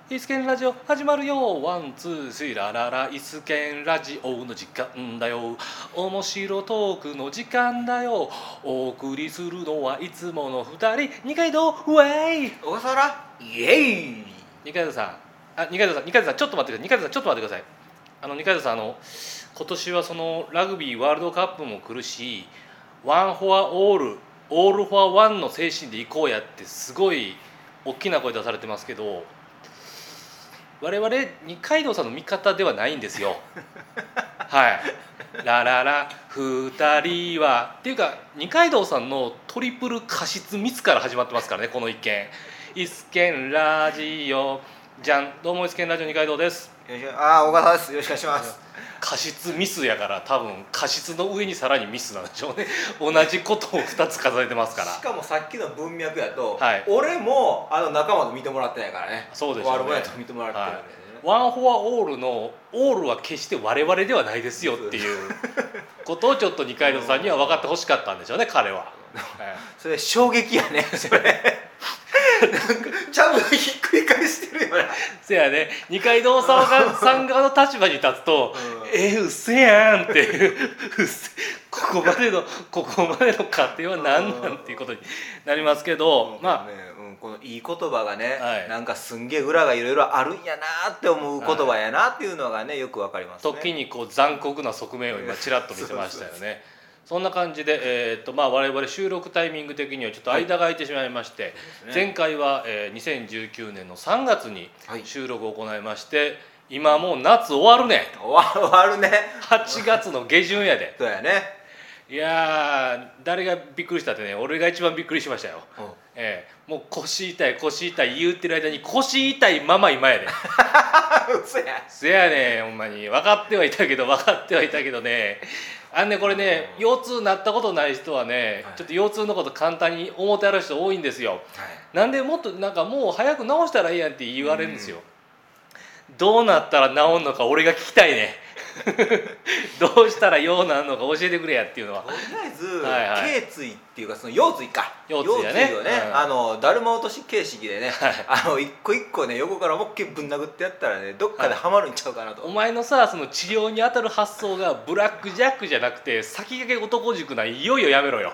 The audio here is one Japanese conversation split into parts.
イスケンラジオ始まるよ。ワンツースリーララライスケンラジオの時間だよ。面白トークの時間だよ。お送りするのはいつもの二人、二階堂ウェイ。 小笠原イエイ。 二階堂さん、二階堂さんちょっと待ってください。二階堂さんちょっと待ってください。二階堂さん今年はそのラグビーワールドカップも来るし、ワンフォアオール、オールフォアワンの精神でいこうやってすごい大きな声出されてますけど。我々二階堂さんの味方ではないんですよ。はい。ラララ二人はっていうか二階堂さんのトリプル過失ミスから始まってますからね、この一件。イスケンラジオじゃん。どうもイスケンラジオ二階堂です。 小笠原です。よろしくお願いします。 過失ミスやから多分過失の上にさらにミスなんでしょうね。同じことを2つ重ねてますから。 しかもさっきの文脈やと、 はい、 俺も仲間と見てもらってないからね。 そうでしょうね。 悪者やと見てもらってるんでね、 ワンフォアオールのオールは決して我々ではないですよっていうことをちょっと二階堂さんには分かってほしかったんでしょうね、彼は。 それ衝撃やね。それなんかちゃんとひっくり返してるよね。 せやね、二階堂さん側の立場に立つとうっせやんっていうここまでの過程は何なんっていうことになりますけど、まあこのいい言葉がね、 はい、 なんかすんげえ裏がいろいろあるんやなって思う言葉やなっていうのがね、よくわかりますね。 時にこう残酷な側面を今ちらっと見せましたよね。そんな感じで、我々収録タイミング的にはちょっと間が空いてしまいまして、はい、前回は、2019年の3月に収録を行いまして、今もう夏終わるね。 終わるね。 8月の下旬やで。 そうやね。 いや誰がびっくりしたってね、俺が一番びっくりしましたよ。もう腰痛い言うてる間に腰痛いまま今やで。そやね、ほんまに分かってはいたけどね、これね、腰痛になったことない人はね、ちょっと腰痛のこと簡単に思ってある人多いんですよ。なんでもっとなんかもう早く治したらいいやんって言われるんですよ。どうなったら治んのか俺が聞きたいね。どうしたらようなるのか教えてくれやっていうのは。 とりあえず、頸椎っていうかその腰椎か。 腰椎やね。 をね、だるま落とし形式でね、一個一個ね横から思いっきりぶん殴ってやったらね、どっかでハマるんちゃうかなと。 お前のさ、その治療に当たる発想がブラックジャックじゃなくて先駆け男塾なん、いよいよやめろよ。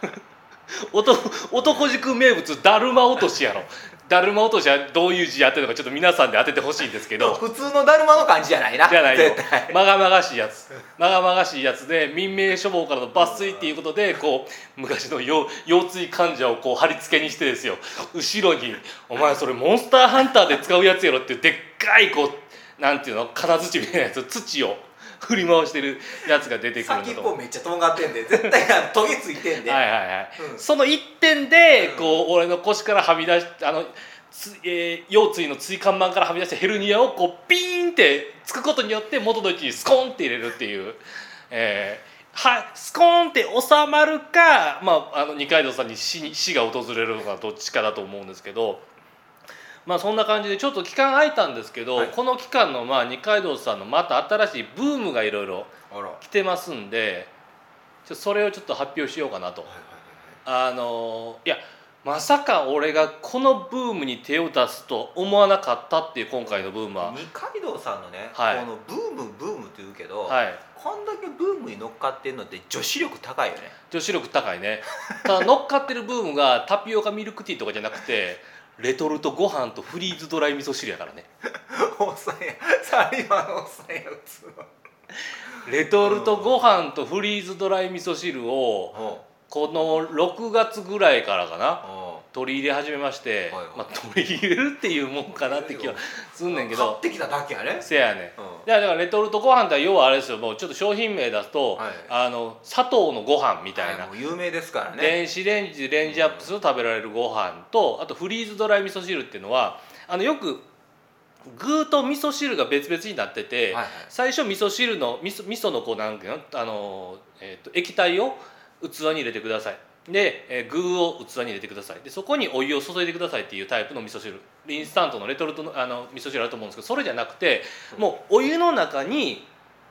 男塾名物だるま落としやろ。だるま落としはどういう字やってるのかちょっと皆さんで当ててほしいんですけど、 普通のだるまの感じじゃないな。 じゃないよ。まがまがしいやつで民命処方からの抜粋っていうことで、こう昔の腰椎患者をこう貼り付けにしてですよ、後ろに「お前それモンスターハンターで使うやつやろ」っていうでっかいこうなんていうの、金槌みたいなやつ、土を振り回してるやつが出てくるんだと。 先っぽめっちゃとんがってんで、絶対トゲついてんで。 その一点でこう俺の腰からはみ出し腰椎の椎間板からはみ出したヘルニアをこうピーンってつくことによって元の位置にスコーンって入れるっていう、スコーンって収まるか、二階堂さんに死が訪れるのかどっちかだと思うんですけど、そんな感じでちょっと期間空いたんですけど、この期間の二階堂さんのまた新しいブームがいろいろ来てますんで、それをちょっと発表しようかなと。いやまさか俺がこのブームに手を出すと思わなかったっていう。今回のブームは二階堂さんのね、このブームって言うけど、こんだけブームに乗っかってるのって女子力高いよね。 女子力高いね。ただ乗っかってるブームがタピオカミルクティーとかじゃなくてレトルトご飯とフリーズドライ味噌汁やからね。 おっさんや、サラリーマンのおっさんや、普通のレトルトご飯とフリーズドライ味噌汁をこの6月ぐらいからかな、取り入れ始めまして、取り入れるっていうもんかなって気はすんねんけど、 買ってきただけやね。 せやね、だからレトルトご飯って要はあれですよ、もうちょっと商品名出すと、砂糖のご飯みたいな、 有名ですからね。 電子レンジでレンジアップすると食べられるご飯と、あとフリーズドライ味噌汁っていうのはよく具と味噌汁が別々になってて、最初味噌汁の味噌のこうなんていうの、液体を器に入れてください。で、具を器に入れてください。でそこにお湯を注いでくださいっていうタイプの味噌汁、インスタントのレトルトの味噌汁あると思うんですけど、それじゃなくて、もうお湯の中に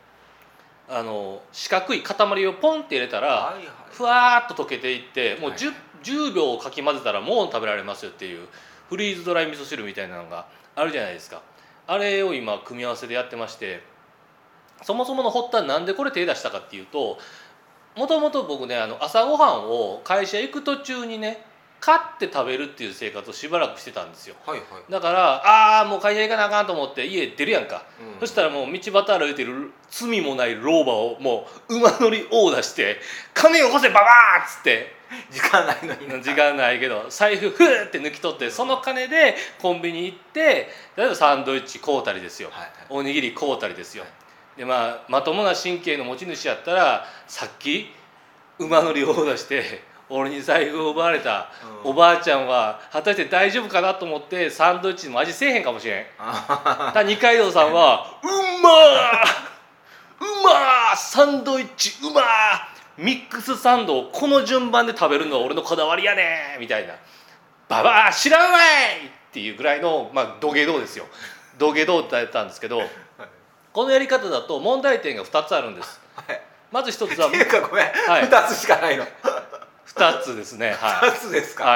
四角い塊をポンって入れたら、ふわーっと溶けていって、もう 10秒かき混ぜたらもう食べられますよっていうフフリーズドライ味噌汁みたいなのがあるじゃないですか。あれを今組み合わせでやってまして、そもそもの発端なんでこれ手出したかっていうと、もともと僕ね朝ごはんを会社行く途中にね買って食べるっていう生活をしばらくしてたんですよ。 はいはい。 だからもう会社行かなあかんと思って家出るやんか、 うん、 そしたらもう道端歩いてる罪もない老婆をもう馬乗りオーダーして「金よこせババー!」っつって時間ないのにな。 時間ないけど財布フーって抜き取って、その金でコンビニ行って例えばサンドイッチ買うたりですよ、 はいはい、 おにぎり買うたりですよ。でまともな神経の持ち主やったらさっき馬乗りオーダーして俺に財布を奪われたおばあちゃんは果たして大丈夫かなと思ってサンドイッチの味せえへんかもしれん。二階堂さんは「うまーサンドイッチうまーミックスサンドをこの順番で食べるのは俺のこだわりやね」みたいな「ババア知らんわい!」っていうぐらいの土下座ですよ。土下座だったんですけど、このやり方だと問題点が2つあるんです。 はい、 まず1つはっていうかごめん、 はい、 2つしかないの。 2つですね。はい、 2つですか。 はい。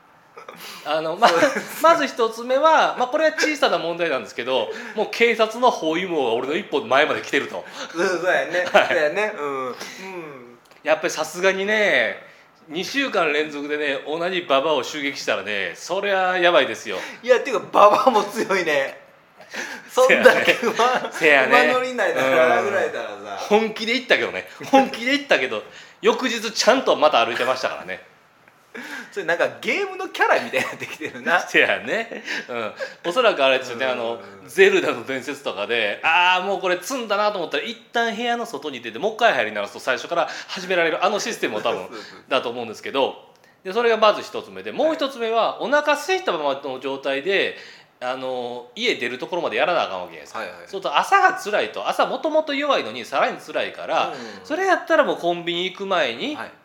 まず一つ目は、これは小さな問題なんですけど、もう警察の包囲網が俺の一歩前まで来てると。 そうやね、 はい、 そうやね、うん、 やっぱりさすがにね2週間連続でね同じババアを襲撃したらねそりゃやばいですよ。 いやっていうかババアも強いね。そんだけ馬乗りになりながらぐらいだらさ、 本気で行ったけどね本気で行ったけど翌日ちゃんとまた歩いてましたからね。 それなんかゲームのキャラみたいになってきてるな。 せやね、おそらくあれですよね、ゼルダの伝説とかでもうこれ積んだなと思ったら一旦部屋の外に出てもう一回入り直すと最初から始められるシステムも多分だと思うんですけど、でそれがまず一つ目で、もう一つ目はお腹空いたままの状態で家出るところまでやらなあかんわけです、はいはい、そうすると朝が辛いと、朝もともと弱いのにさらに辛いから、それやったらもうコンビニ行く前に、はい、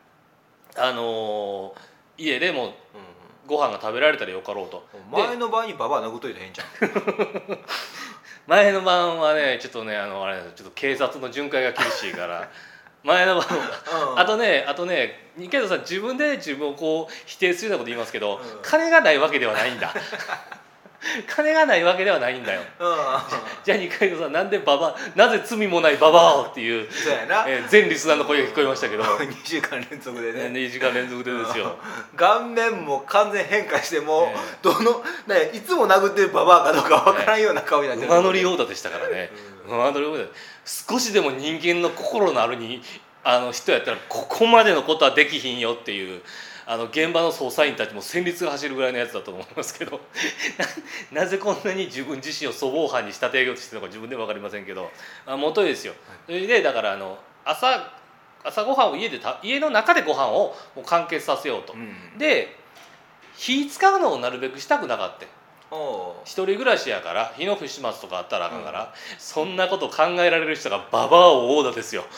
家でもご飯が食べられたらよかろうと。 前の晩にババア殴っといたらへんじゃん。 前の晩はねちょっとねあれちょっと警察の巡回が厳しいから前の晩あとね二階堂さん自分で自分をこう否定するようなこと言いますけど、金がないわけではないんだ。金がないわけではないんだよ。じゃあ二階堂さんなぜ罪もないババアをっていう全リスナーの声が聞こえましたけど 2週間連続でね。 2時間連続でですよ。 顔面も完全変化してもいつも殴ってるババアかどうかわからんような顔になってる。 馬乗りオーダーでしたからね。馬乗りオーダー少しでも人間の心のある人やったらここまでのことはできひんよっていう現場の捜査員たちも戦慄が走るぐらいのやつだと思いますけどなぜこんなに自分自身を粗暴犯に仕立て上げようとしてるのか自分では分かりませんけど、元ですよ。それでだから朝ごはんを家の中でご飯をもう完結させようと、で火使うのをなるべくしたくなかった。一人暮らしやから火の不始末とかあったらあかんから、そんなこと考えられる人がババアをオーダーですよ。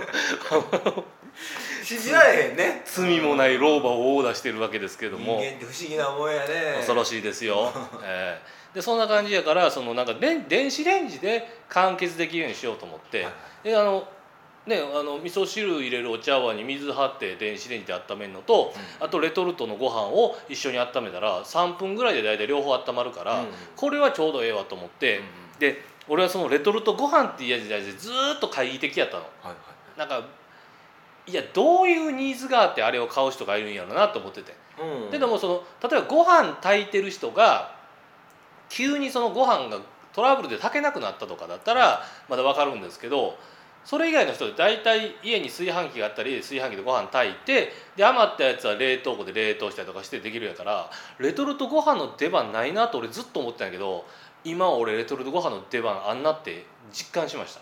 信じられへんね。 罪もない老婆をオーダーしてるわけですけども、 人間って不思議なもんやね。 恐ろしいですよ。でそんな感じやからなんか電子レンジで完結できるようにしようと思って、で味噌汁入れるお茶碗に水張って電子レンジで温めるのと、あとレトルトのご飯を一緒に温めたら3分ぐらいで大体両方温まるから、これはちょうどええわと思って、で俺はそのレトルトご飯っていうやつでずっと懐疑的やったの。なんかいやどういうニーズがあってあれを買う人がいるんやろなと思ってて、でも例えばご飯炊いてる人が急にそのご飯がトラブルで炊けなくなったとかだったらまだ分かるんですけど、それ以外の人で大体家に炊飯器があったり炊飯器でご飯炊いて、で余ったやつは冷凍庫で冷凍したりとかしてできるやから、レトルトご飯の出番ないなと俺ずっと思ってたんやけど、今俺レトルトご飯の出番あんなって実感しました。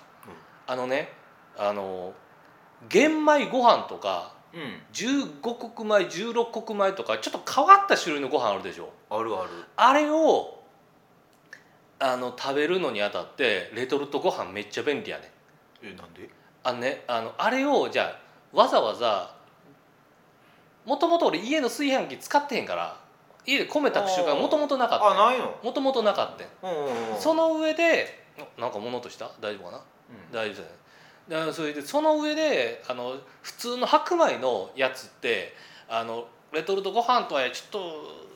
玄米ご飯とか、15穀米16穀米とかちょっと変わった種類のご飯あるでしょ。 あるある。 あれを食べるのにあたってレトルトご飯めっちゃ便利やね。 なんで？ あれをじゃあわざわざもともと俺家の炊飯器使ってへんから、家で米炊く習慣もともとなかった。 ないの？ もともとなかった。その上でなんか物とした大丈夫かな、大丈夫ですね。それでその上で普通の白米のやつってレトルトご飯とはちょっと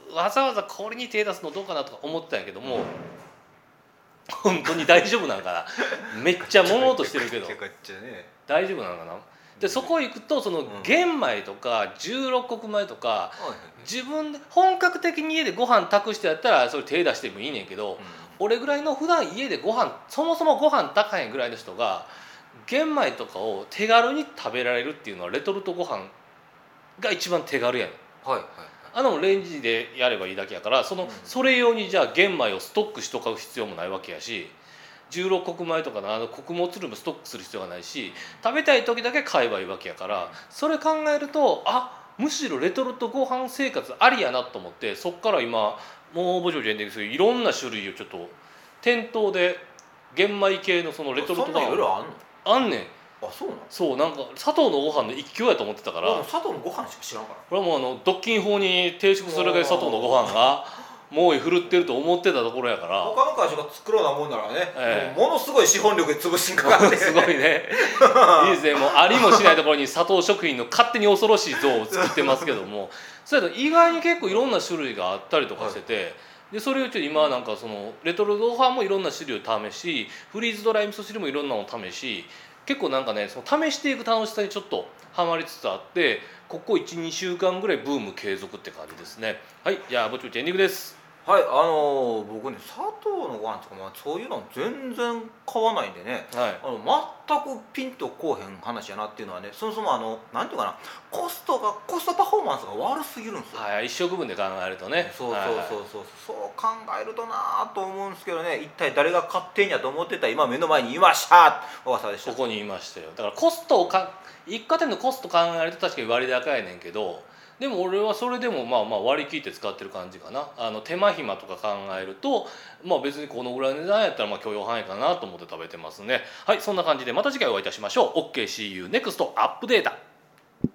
わざわざこれに手出すのどうかなとか思ったんやけども、本当に大丈夫なんかなめっちゃ揉もうとしてるけど大丈夫なのかな。でそこ行くとその玄米とか十六穀米とか自分で本格的に家でご飯炊く人やったらそれ手出してもいいねんけど、俺ぐらいの普段家でご飯そもそもご飯高いぐらいの人が玄米とかを手軽に食べられるっていうのはレトルトご飯が一番手軽やねん。 はいはい、 レンジでやればいいだけやからそれ用にじゃあ玄米をストックしとかう必要もないわけやし、十六穀米とかの穀物類もストックする必要がないし、食べたい時だけ買えばいいわけやから、それ考えるとむしろレトルトご飯生活ありやなと思って、そっから今もうぼちぼちエンディングするいろんな種類をちょっと店頭で玄米系のそのレトルトご飯あんねん。そうなんか砂糖のご飯の一強やと思ってたから。 砂糖のご飯しか知らんから。 これはもう独禁法に抵触するだけ砂糖のご飯が猛威振るってると思ってたところやから。 他の会社が作ろうなもんならね、ものすごい資本力で潰しにかかってすごいねいいですね。もうありもしないところに砂糖食品の勝手に恐ろしい像を作ってますけどもそれだと意外に結構いろんな種類があったりとかしてて、でそれをちょっと今なんかそのレトルトご飯もいろんな種類を試し、フリーズドライ味噌汁もいろんなのを試し、結構なんかねその試していく楽しさにちょっとハマりつつあって、ここ 1,2 週間ぐらいブーム継続って感じですね。はい、じゃあぼちぼちエンディングです。 はい、僕ね砂糖のご飯とか、そういうの全然買わないんでね、 はい、 全くピンとこうへん話やなっていうのはね、そもそもなんていうかな、コストパフォーマンスが悪すぎるんですよ。 はい、一食分で考えるとね。 そう考えるとなと思うんですけどね、一体誰が買ってんやと思ってたら今目の前にいました小笠でした。 ここにいましたよ。だからコストを一家店のコスト考えると確かに割高やねんけど、でも俺はそれでもまあ割り切って使ってる感じかな。手間暇とか考えると別にこのぐらいの値段やったら許容範囲かなと思って食べてますね。はい、そんな感じでまた次回お会いいたしましょう。 OK See you next アップデータ。